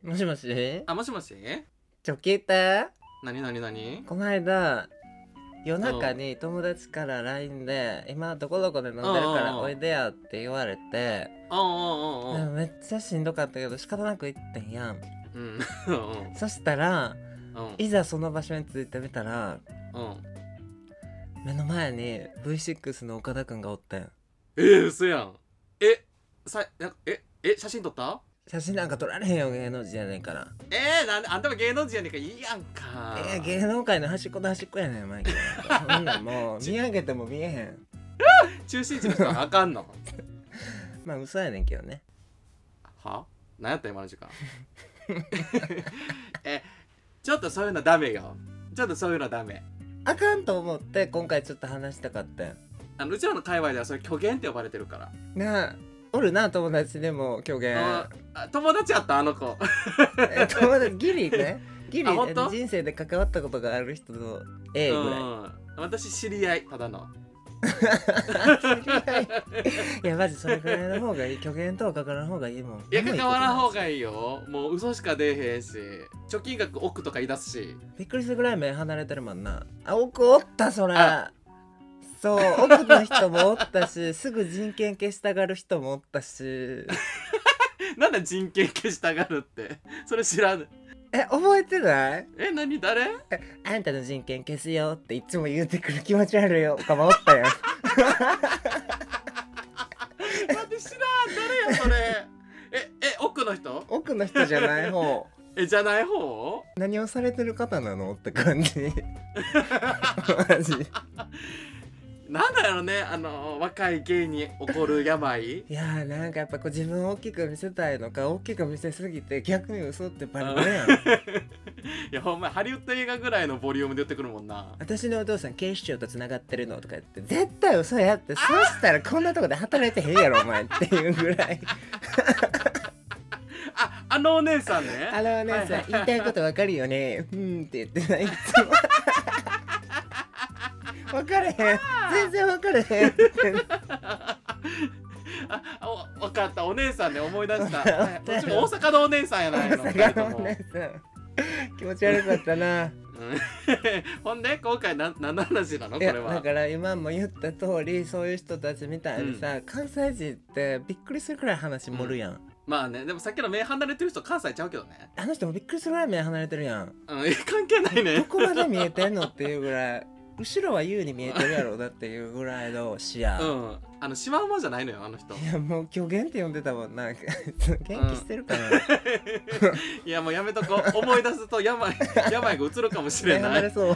もしもし、 あ、もしもし。 聞いて。 なに。 この間夜中に友達から LINE で今どこどこで飲んでるからおいでやって言われて、でもめっちゃしんどかったけど仕方なく行ってんやん。そしたらいざその場所に着いてみたら、目の前に V6 の岡田くんがおってん。 嘘やん。写真撮った？ 写真なんか撮られへんよ、芸能人やねんから。 なんであんたも芸能人やねんからいいやんか。 芸能界の端っこと端っこやねん、マイケル。そんなんもう見上げても見えへん。 中心地の人はあかんの？ まあ嘘やねんけどね。 は？何やった今の時間？ちょっとそういうのダメよ。ちょっとそういうのダメ。 あかんと思って今回ちょっと話したかったん。 うちらの界隈ではそれ虚言って呼ばれてるから。 なあ、おるな、友達でも虚言。 友達やったあの子。 友達ギリね、ギリ人生で関わったことがある人の A ぐらい。 私知り合い、ただの。 いやマジそれぐらいの方がいい。虚言とは関わらん方がいいもん。 いや関わらん方がいいよ。もう嘘しか出えへんし、貯金額億とか言い出すし。 びっくりするぐらい目離れてるもんな。あ、奥おったそれ。そう、奥の人もおったし、すぐ人権消したがる人もおったし。 なんだ人権消したがるって。それ知らぬ。 覚えてない？ 何誰？ あんたの人権消すよっていつも言うてくる気持ち悪いよかもおったよ。 待って知らん、誰やそれ。奥の人？ 奥の人じゃない方。 じゃない方？ 何をされてる方なのって感じ。マジ。 なんだろうね、若い芸に起こる病。 いやーなんかやっぱこう自分を大きく見せたいのか、大きく見せすぎて逆に嘘ってバレバレやん。 いやほんまハリウッド映画ぐらいのボリュームで言ってくるもんな。 私のお父さん警視庁とつながってるのとか言って、絶対嘘やって。そしたらこんなとこで働いてへんやろお前っていうぐらい。 あのお姉さんね。 あのお姉さん、言いたいことわかるよね。って言ってない。いつも分かれへん、全然分かれへん。 分かった、お姉さんね、思い出した。こっちも大阪のお姉さんやないの。 大阪のお姉さん気持ち悪かったな。 ほんで今回何の話なのこれは。 だから今も言った通り、そういう人たちみたいにさ、関西人ってびっくりするくらい話盛るやん。 まあね、でもさっきの目離れてる人関西ちゃうけどね。 あの人もびっくりするぐらい目離れてるやん。 関係ないね。 どこまで見えてんのっていうぐらい。後ろは優に見えてるやろだっていうぐらいの視野。 シマウマじゃないのよあの人。 いやもう虚言って呼んでたもんな。元気してるかな。 いやもうやめとこう。思い出すと病がうつるかもしれない。 そう。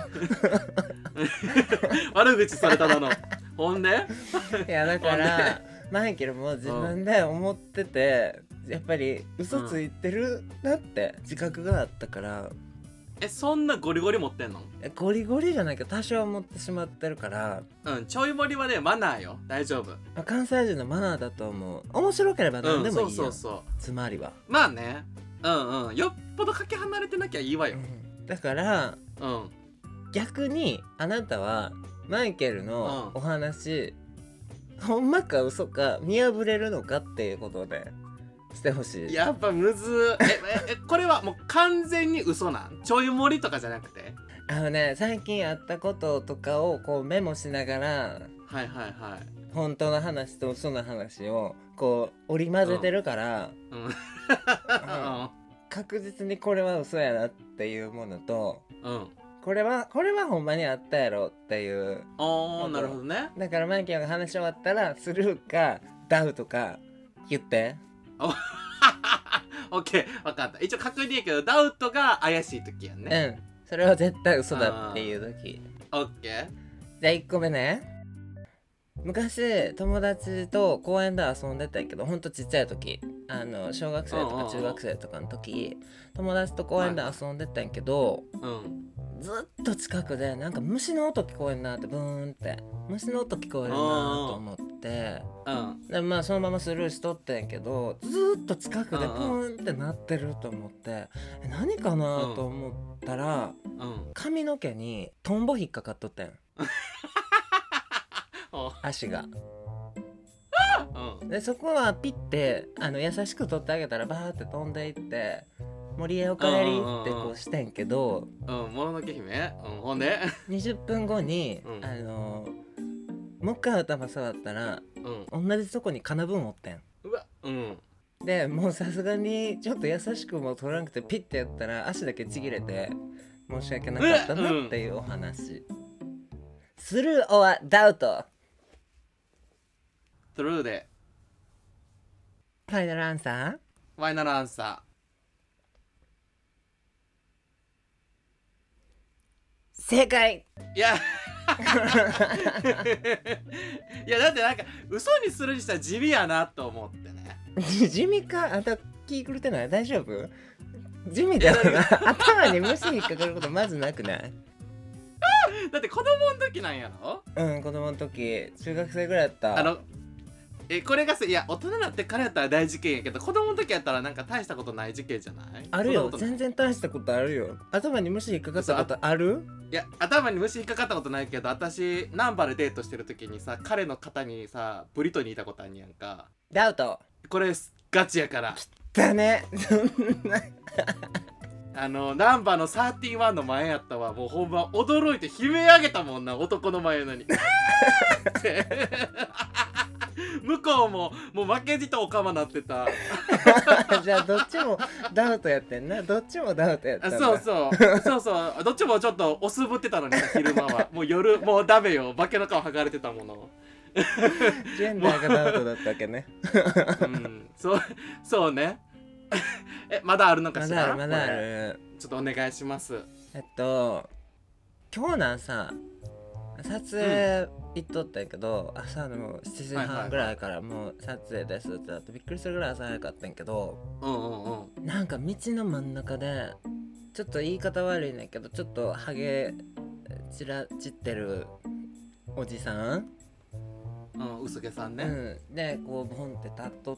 悪口されただの。ほんでいやだからマイケルも自分で思ってて、やっぱり嘘ついてるなって自覚があったから。 そんなゴリゴリ持ってんの？ ゴリゴリじゃないけど多少持ってしまってるから。 ちょい盛りはねマナーよ。大丈夫。 関西人のマナーだと思う。面白ければ何でもいいよ。 そうつまりはまあね。よっぽどかけ離れてなきゃいいわよ。 だから逆にあなたはマイケルのお話、ほんまか嘘か見破れるのかっていうことでしてほしい。 やっぱむずこれはもう完全に嘘なん？ちょい盛りとかじゃなくて？ 最近あったこととかをこうメモしながら、本当の話と嘘の話をこう織り交ぜてるから、確実にこれは嘘やなっていうものと、これはほんまにあったやろっていう。 なるほどね。 だからマイケルが話し終わったらスルーかダウとか言って。 オッケー、分かった。一応確認やけどダウトが怪しい時やんね。 それは絶対嘘だっていう時。 オッケー。 じゃあ1個目ね。昔友達と公園で遊んでたんやけど、ほんとちっちゃい時、小学生とか中学生とかの時、友達と公園で遊んでたんやけど、ずっと近くでなんか虫の音聞こえんなって、ブーンって虫の音聞こえるなと思って、でまあそのままスルーしとってんけど、ずっと近くでブーンってなってると思って、何かなと思ったら、髪の毛にトンボ引っかかっとってん。足が。でそこはピッて優しく取ってあげたらバーって飛んでいって、 森へおかえりってこうしてんけど、 もののけ姫、ほんで 20分後に、もう一回頭触ったら、同じとこにカナブンおってん。 うわ、 でもうさすがにちょっと優しくも取らなくてピッてやったら足だけちぎれて申し訳なかったなっていうお話。スルーオアダウト。 トゥルーでファイナルアンサー。 ファイナルアンサ正解。 ー。いやいやだってなんか嘘にするにしたら地味やなと思ってね。 地味か。あんた気狂ってない？大丈夫？地味だよな。頭に虫引っかかることまずなくない？ だって子供の時なんやろ。 子供の時中学生ぐらいやった。 これがいや大人になってからやったら大事件やけど、子供の時やったらなんか大したことない事件じゃない？ あるよ、全然大したことあるよ。頭に虫引っかかったことある？ いや頭に虫引っかかったことないけど、私ナンバでデートしてる時にさ、彼の肩にさブリトニーいたことあんやんか。 ダウト。 これガチやからだね。 ナンバの31の前やったわ。もうほんま驚いて悲鳴上げたもんな、男の前なのに。向こうももう負けじとおかまなってた。 じゃあどっちもダウトやってんな。どっちもダウトやったんだ。 そうどっちもちょっとおすぶってたのにさ、昼間はもう夜もうダメよ、化けの皮剥がれてたもの。 ジェンダーがダウトだったわけね。 そうね。まだあるのかしら。 まだある。 ちょっとお願いします。 今日なんさ撮影行っとったんやけど、朝の7時半ぐらいからもう撮影ですってなってびっくりするぐらい朝早かったんやけど、なんか道の真ん中でちょっと言い方悪いねんけど、ちょっとハゲ散ってるおじさん、 薄毛さんね、 でこうボンって立っとって、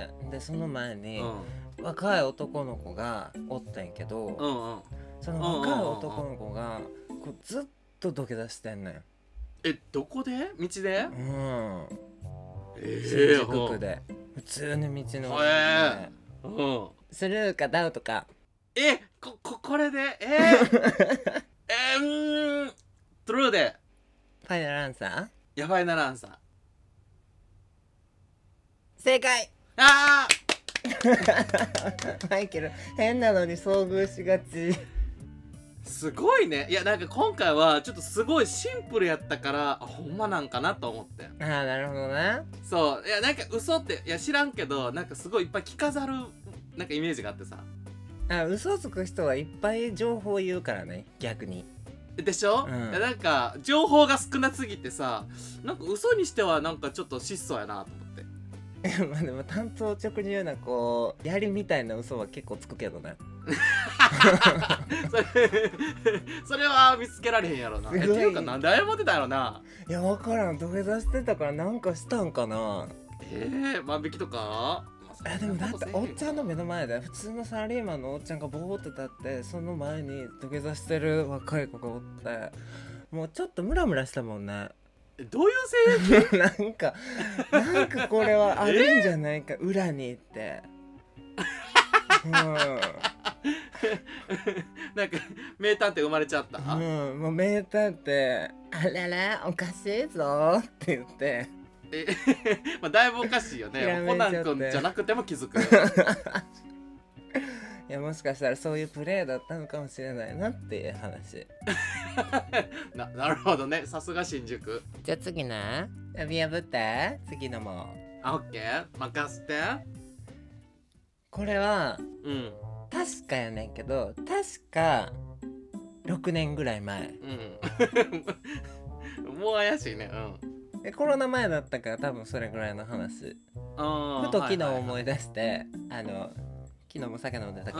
でその前に若い男の子がおったんやけど、その若い男の子がこうずっと土下座してんねん。 どこで？道で？ 新宿区で普通の道の上で、スルーかダウトか。 これでトゥルーでファイナルアンサー。 ファイナルアンサー。 正解。マイケル変なのに遭遇しがち。 すごいね。いやなんか今回はちょっとすごいシンプルやったから、ほんまなんかなと思って。 なるほどね。 そう、いやなんか嘘って知らんけど、なんかすごいいっぱい聞かざるなんかイメージがあってさ。 嘘つく人はいっぱい情報言うからね、逆に。 でしょ、なんか情報が少なすぎてさ、なんか嘘にしてはなんかちょっと質素やなと思って。 まあでも単刀直入なこう槍みたいな嘘は結構つくけどね。 それは見つけられへんやろな。っていうかなんで謝ってたやろな。 いや分からん、土下座してたからなんかしたんかな。 万引きとか。 でもだっておっちゃんの目の前で普通のサラリーマンのおっちゃんがボーって立って、その前に土下座してる若い子がおって、もうちょっとムラムラしたもんね。 どういう性なんかこれはあるんじゃないか、裏にって。 なんか名探偵生まれちゃった。 もう名探偵あららおかしいぞって言って、 まあだいぶおかしいよね。コナン君じゃなくても気づく。 いやもしかしたらそういうプレーだったのかもしれないなっていう話。 なるほどね。さすが新宿。 じゃあ次な、見破って次のも。 オッケー任せて。 これは確かやねんけど、確か6年ぐらい前。 もう怪しいね。 コロナ前だったから多分それぐらいの話。ふと昨日思い出して、昨日も酒飲んでたから、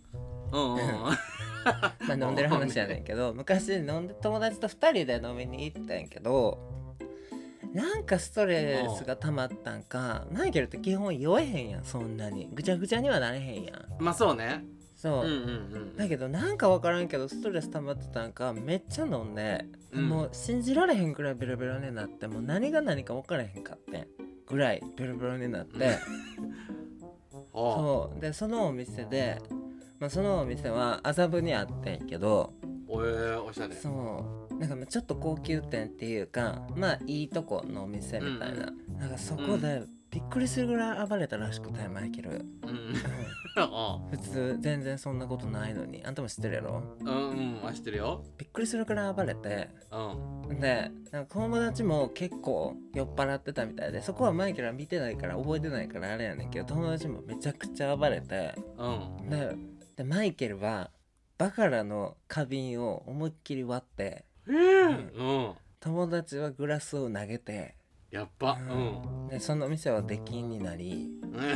まあ飲んでる話やねんけど、昔飲んで友達と2人で飲みに行ったんやけど、なんかストレスが溜まったんか、マイケルって基本酔えへんやん。そんなにぐちゃぐちゃにはなれへんやん。 まあそうね。 そう、だけどなんか分からんけどストレス溜まってたんかめっちゃ飲んで、もう信じられへんくらいベロベロになって、もう何が何か分からへんかってぐらいベロベロになってそうでそのお店でまあ、そのお店は麻布にあってんけど、 おしゃれ。 そうなんかまあちょっと高級店っていうか、まあいいとこのお店みたいな、なんかそこでびっくりするぐらい暴れたらしくて、マイケル。普通全然そんなことないのに。あんたも知ってるやろ。 知ってるよ。 びっくりするぐらい暴れて、でなんか友達も結構酔っ払ってたみたいで、そこはマイケルは見てないから覚えてないからあれやねんけど、友達もめちゃくちゃ暴れて、でマイケルはバカラの花瓶を思いっきり割って、友達はグラスを投げて、 やっぱでその店は出禁になり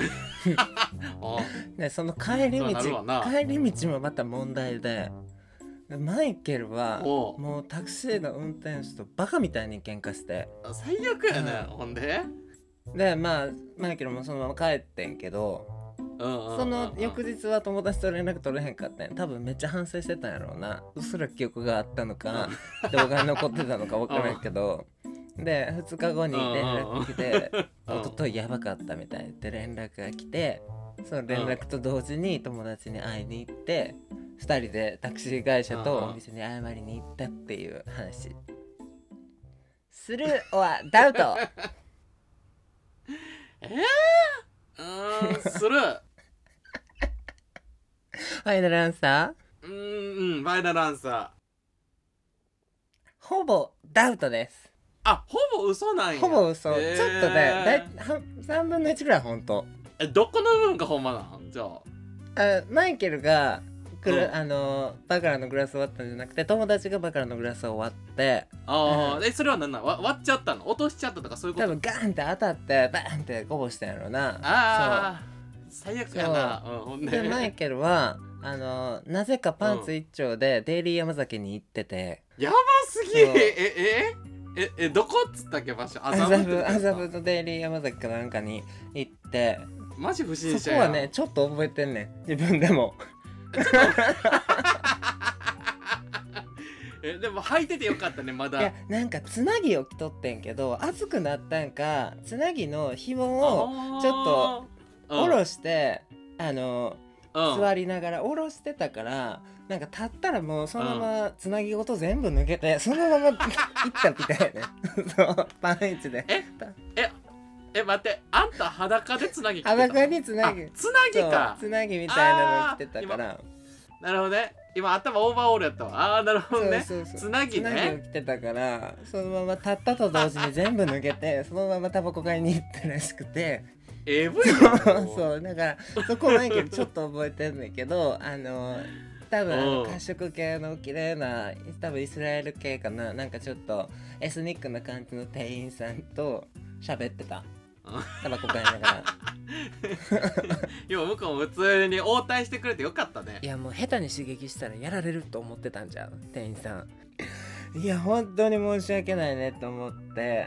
でその帰り道もまた問題で、マイケルはもうタクシーの運転手とバカみたいに喧嘩して、 最悪やね、ほんでまあマイケルもそのまま帰ってんけど、その翌日は友達と連絡取れへんかったんや。多分めっちゃ反省してたんやろうな。うっすら記憶があったのか動画に残ってたのか分からんけどで2日後に連絡来て一昨日やばかったみたいって連絡が来て、その連絡と同時に友達に会いに行って2人でタクシー会社とお店に謝りに行ったっていう話。スルーはダウトするファイナルアンサーファイナルアンサーほぼダウトです。 ほぼ嘘なんや。 ほぼ嘘、ちょっとね3分の1ぐらい本当。 どこの部分がほんまなんじゃマイケルがバカラのグラスを割ったんじゃなくて、友達がバカラのグラスを割って、 それは何なん割っちゃったの、落としちゃったとかそういうこと。 多分ガーンって当たってバーンってこぼしたんやろな。 最悪やな。 でマイケルはなぜかパンツ一丁でデイリー山崎に行ってて、 やばすぎ。どこっつったっけ場所。麻布のデイリー山崎かなんかに行って、 マジ不審者や。 そこはねちょっと覚えてんねん、自分でもでも履いててよかったね。まだいやなんかつなぎを着とってんけど、熱くなったんかつなぎの紐をちょっと下ろして、座りながら下ろしてたから、なんか立ったらもうそのままつなぎごと全部抜けて、そのままいったみたいねそうパンイチで待って、あんた裸でつなぎ着てた。 裸につなぎか、 つなぎみたいなの着てたから。 なるほどね。今頭オーバーオールやったわ。なるほどね。つなぎね。 つなぎを着てたから、そのまま立ったと同時に全部抜けてそのままタバコ買いに行ったらしくて AV そうだからそこマイケルちょっと覚えてんねんけど、多分褐色系の綺麗な多分イスラエル系かな、なんかちょっとエスニックな感じの店員さんと喋ってた。タバコ買いながらいや向こうも普通に応対してくれてよかったね。 いやもう下手に刺激したらやられると思ってたんじゃう店員さん。いや本当に申し訳ないねと思って、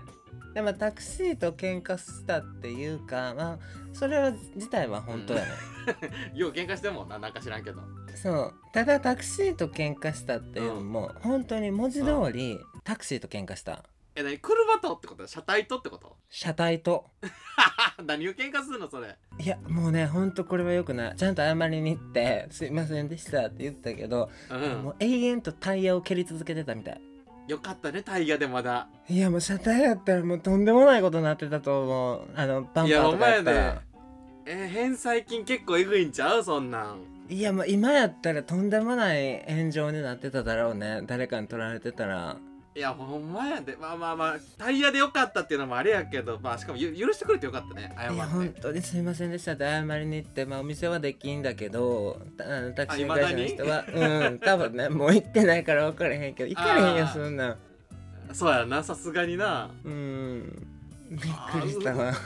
でもタクシーと喧嘩したっていうか、まあそれは自体は本当やね、 よう喧嘩してんもんな、なんか知らんけど。 そうただタクシーと喧嘩したっていうのも、本当に文字通りタクシーと喧嘩した。 何、車とってこと？車体とってこと？ 車体と何を喧嘩するのそれ。 いやもうねほんとこれはよくない。ちゃんと謝りに行ってすいませんでしたって言ったけど、もう永遠とタイヤを蹴り続けてたみたい。 よかったね、タイヤでまだ。 いやもう車体やったらもうとんでもないことになってたと思う。バンパーとかやったら。いやお前ね、返済金結構えぐいんちゃうそんなん。 いやもう今やったらとんでもない炎上になってただろうね、誰かに取られてたら。 いやほんまやで。まあタイヤでよかったっていうのもあれやけど、まあしかも許してくれてよかったね。謝って。いや本当にすいませんでしたって謝りに行って、まあお店はできんだけどタクシー会社の人は多分ねもう行ってないから分からへんけど、行かれへんよそんなん。 そうやな、さすがにな。 びっくりしたわ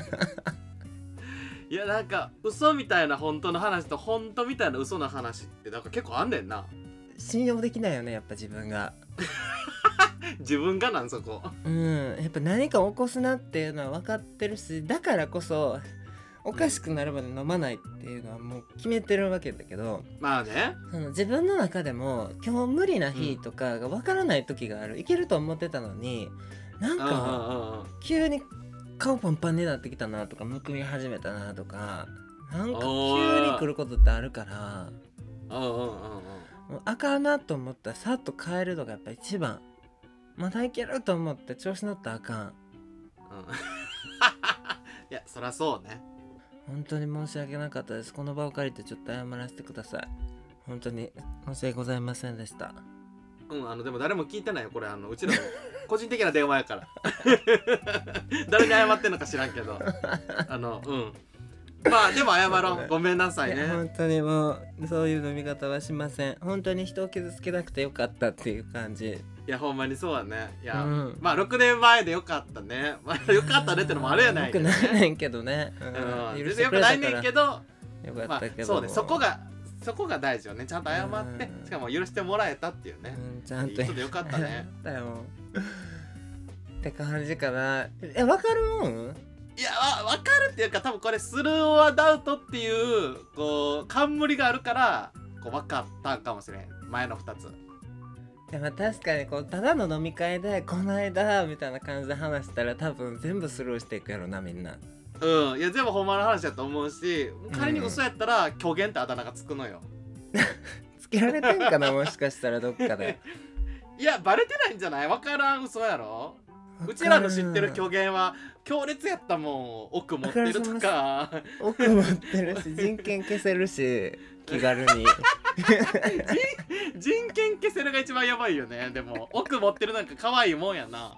いやなんか嘘みたいな本当の話と本当みたいな嘘の話ってなんか結構あんねんな。 信用できないよねやっぱ自分が自分がなんそこ。 やっぱ何か起こすなっていうのは分かってるし、だからこそおかしくなるまで飲まないっていうのはもう決めてるわけだけど、 まあね、 その自分の中でも今日無理な日とかが分からない時がある。いけると思ってたのになんか急に顔パンパンになってきたなとか、むくみ始めたなとか、なんか急に来ることってあるから、 うんうんうんうんもうあかんなと思ったらさっと変えるのがやっぱ一番。まだいけると思って調子乗ったらあかん。 うんいやそりゃそうね。 本当に申し訳なかったです。この場を借りてちょっと謝らせてください。本当に申し訳ございませんでした。 でも誰も聞いてないよこれ。うちらの個人的な電話やから誰に謝ってんのか知らんけどまあでも謝ろう。ごめんなさいね。 本当にもうそういう飲み方はしません。本当に人を傷つけなくてよかったっていう感じ。 いやほんまにそうだね。いや、 まあ6年前でよかったね。まあよかったねってのもあれやないけどね。 よくないねんけどね。 全然よくないねんけど、 よかったけど、 そうね、そこが大事よね。ちゃんと謝って、しかも許してもらえたっていうね。 ちゃんといい人でよかったね。 だよって感じかな。わかるもん？ いや分かるっていうか、多分これスルーオアダウトっていうこう冠があるからこう分かったんかもしれん。前の2つ。 でも確かにこうただの飲み会でこの間みたいな感じで話したら多分全部スルーしていくやろなみんな。 いや全部ほんまの話だと思うし、仮に嘘やったら虚言ってあだ名がつくのよ。 つけられてんかなもしかしたらどっかで。 いやバレてないんじゃない？分からん嘘やろ。うちらの知ってる虚言は強烈やったもん。奥持ってるとか奥持ってるし人権消せるし気軽に人権消せるが一番やばいよね。でも奥持ってるなんか可愛いもんやな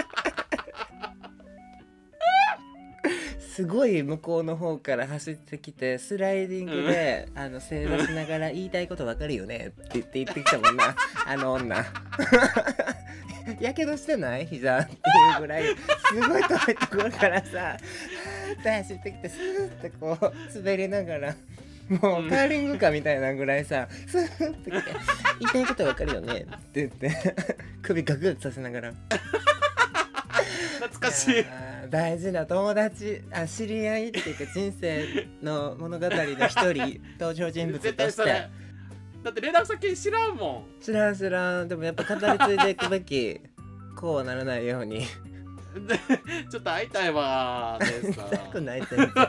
すごい向こうの方から走ってきてスライディングで、正座しながら言いたいことわかるよねって言ってきたもんなあの女やけどしてない膝っていうぐらいすごい遠いところからさって走ってきてスーってこう滑りながらもうカーリングかみたいなぐらいさスーってきて言いたいことわかるよねって言って首ガクッとさせながら懐かしい。 大事な友達知り合いっていうか人生の物語の一人登場人物と絶対してそれだって連絡先知らんもん。 知らんでもやっぱ語り継いでいくべきこうはならないようにちょっと会いたいわーでさ痛くない全然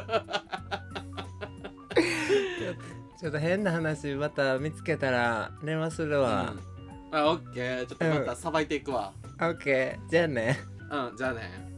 ちょっと変な話また見つけたら電話するわ、 オッケー。ちょっとまたさばいていくわ。 オッケーじゃあねじゃあね。